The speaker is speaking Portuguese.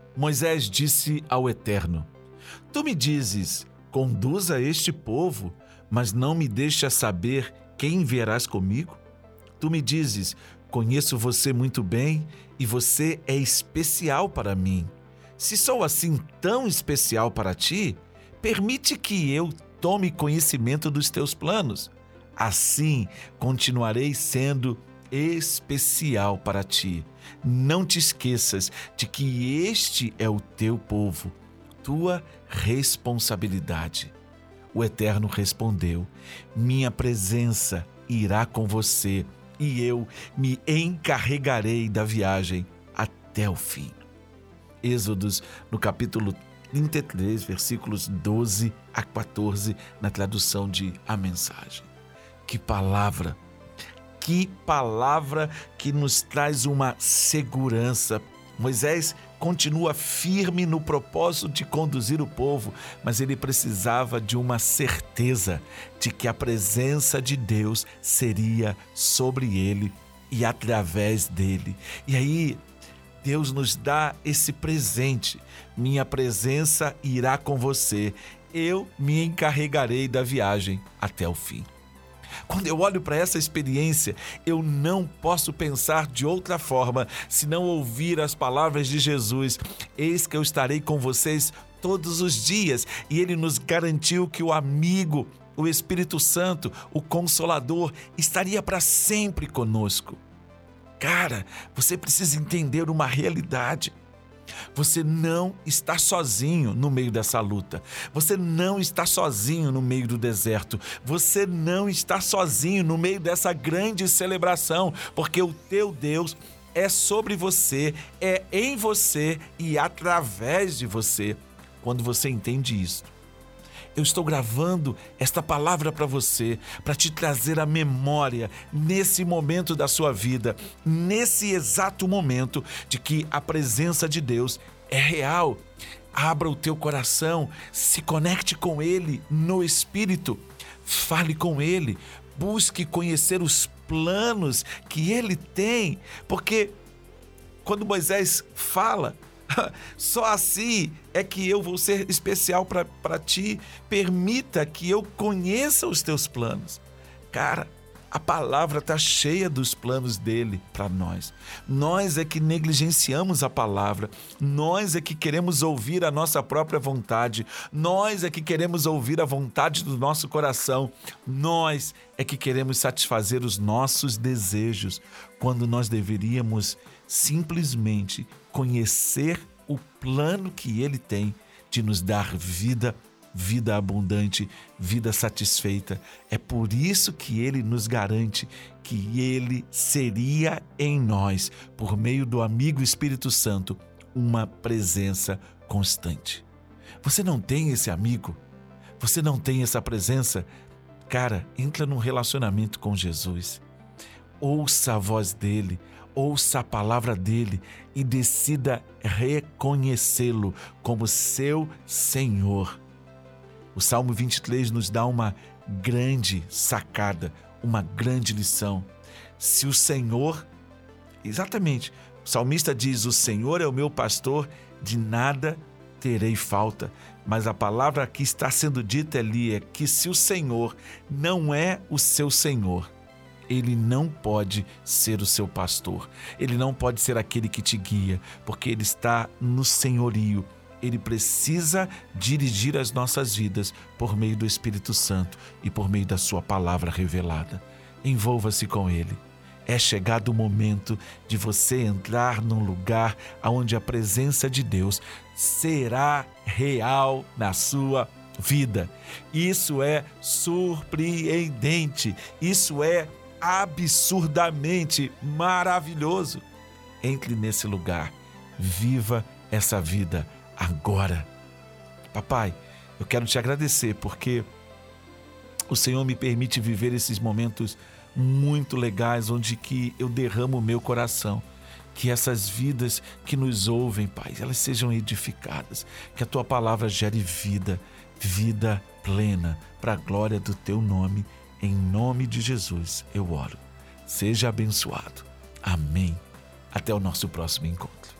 Moisés disse ao Eterno: Tu me dizes, conduza este povo, mas não me deixas saber quem enviarás comigo? Tu me dizes, conheço você muito bem e você é especial para mim. Se sou assim tão especial para ti, permite que eu tome conhecimento dos teus planos. Assim continuarei sendo especial para ti. Não te esqueças de que este é o teu povo, tua responsabilidade. O Eterno respondeu: minha presença irá com você e eu me encarregarei da viagem até o fim. Êxodos, no capítulo 33, versículos 12 a 14, na tradução de A Mensagem. Que palavra que nos traz uma segurança. Moisés continua firme no propósito de conduzir o povo, mas ele precisava de uma certeza de que a presença de Deus seria sobre ele e através dele. E aí, Deus nos dá esse presente: minha presença irá com você, eu me encarregarei da viagem até o fim. Quando eu olho para essa experiência, eu não posso pensar de outra forma senão ouvir as palavras de Jesus: eis que eu estarei com vocês todos os dias. E ele nos garantiu que o amigo, o Espírito Santo, o Consolador, estaria para sempre conosco. Cara, você precisa entender uma realidade. Você não está sozinho no meio dessa luta. Você não está sozinho no meio do deserto. Você não está sozinho no meio dessa grande celebração, porque o teu Deus é sobre você, é em você e através de você. Quando você entende isso, eu estou gravando esta palavra para você, para te trazer a memória nesse momento da sua vida, nesse exato momento de que a presença de Deus é real. Abra o teu coração, se conecte com Ele no Espírito, fale com Ele, busque conhecer os planos que Ele tem, porque quando Moisés fala: só assim é que eu vou ser especial para ti. Permita que eu conheça os teus planos. Cara, a palavra está cheia dos planos dele para nós. Nós é que negligenciamos a palavra. Nós é que queremos ouvir a nossa própria vontade. Nós é que queremos ouvir a vontade do nosso coração. Nós é que queremos satisfazer os nossos desejos, quando nós deveríamos simplesmente conhecer o plano que Ele tem de nos dar vida abundante, vida satisfeita. É por isso que Ele nos garante que Ele seria em nós, por meio do amigo Espírito Santo, uma presença constante. Você não tem esse amigo? Você não tem essa presença? Cara, entra num relacionamento com Jesus. Ouça a voz dEle, ouça a palavra dEle e decida reconhecê-lo como seu Senhor. O Salmo 23 nos dá uma grande sacada, uma grande lição. Se o Senhor, exatamente, o salmista diz: o Senhor é o meu pastor, de nada terei falta. Mas a palavra que está sendo dita ali é que se o Senhor não é o seu Senhor, Ele não pode ser o seu pastor. Ele não pode ser aquele que te guia, porque Ele está no senhorio. Ele precisa dirigir as nossas vidas por meio do Espírito Santo e por meio da sua palavra revelada. Envolva-se com Ele. É chegado o momento de você entrar num lugar onde a presença de Deus será real na sua vida. Isso é surpreendente. Isso é absurdamente maravilhoso. Entre nesse lugar, viva essa vida agora. Papai, eu quero te agradecer porque o Senhor me permite viver esses momentos muito legais onde que eu derramo o meu coração. Que essas vidas que nos ouvem, Pai, elas sejam edificadas. Que a Tua palavra gere vida plena para a glória do Teu nome. Em nome de Jesus eu oro. Seja abençoado. Amém. Até o nosso próximo encontro.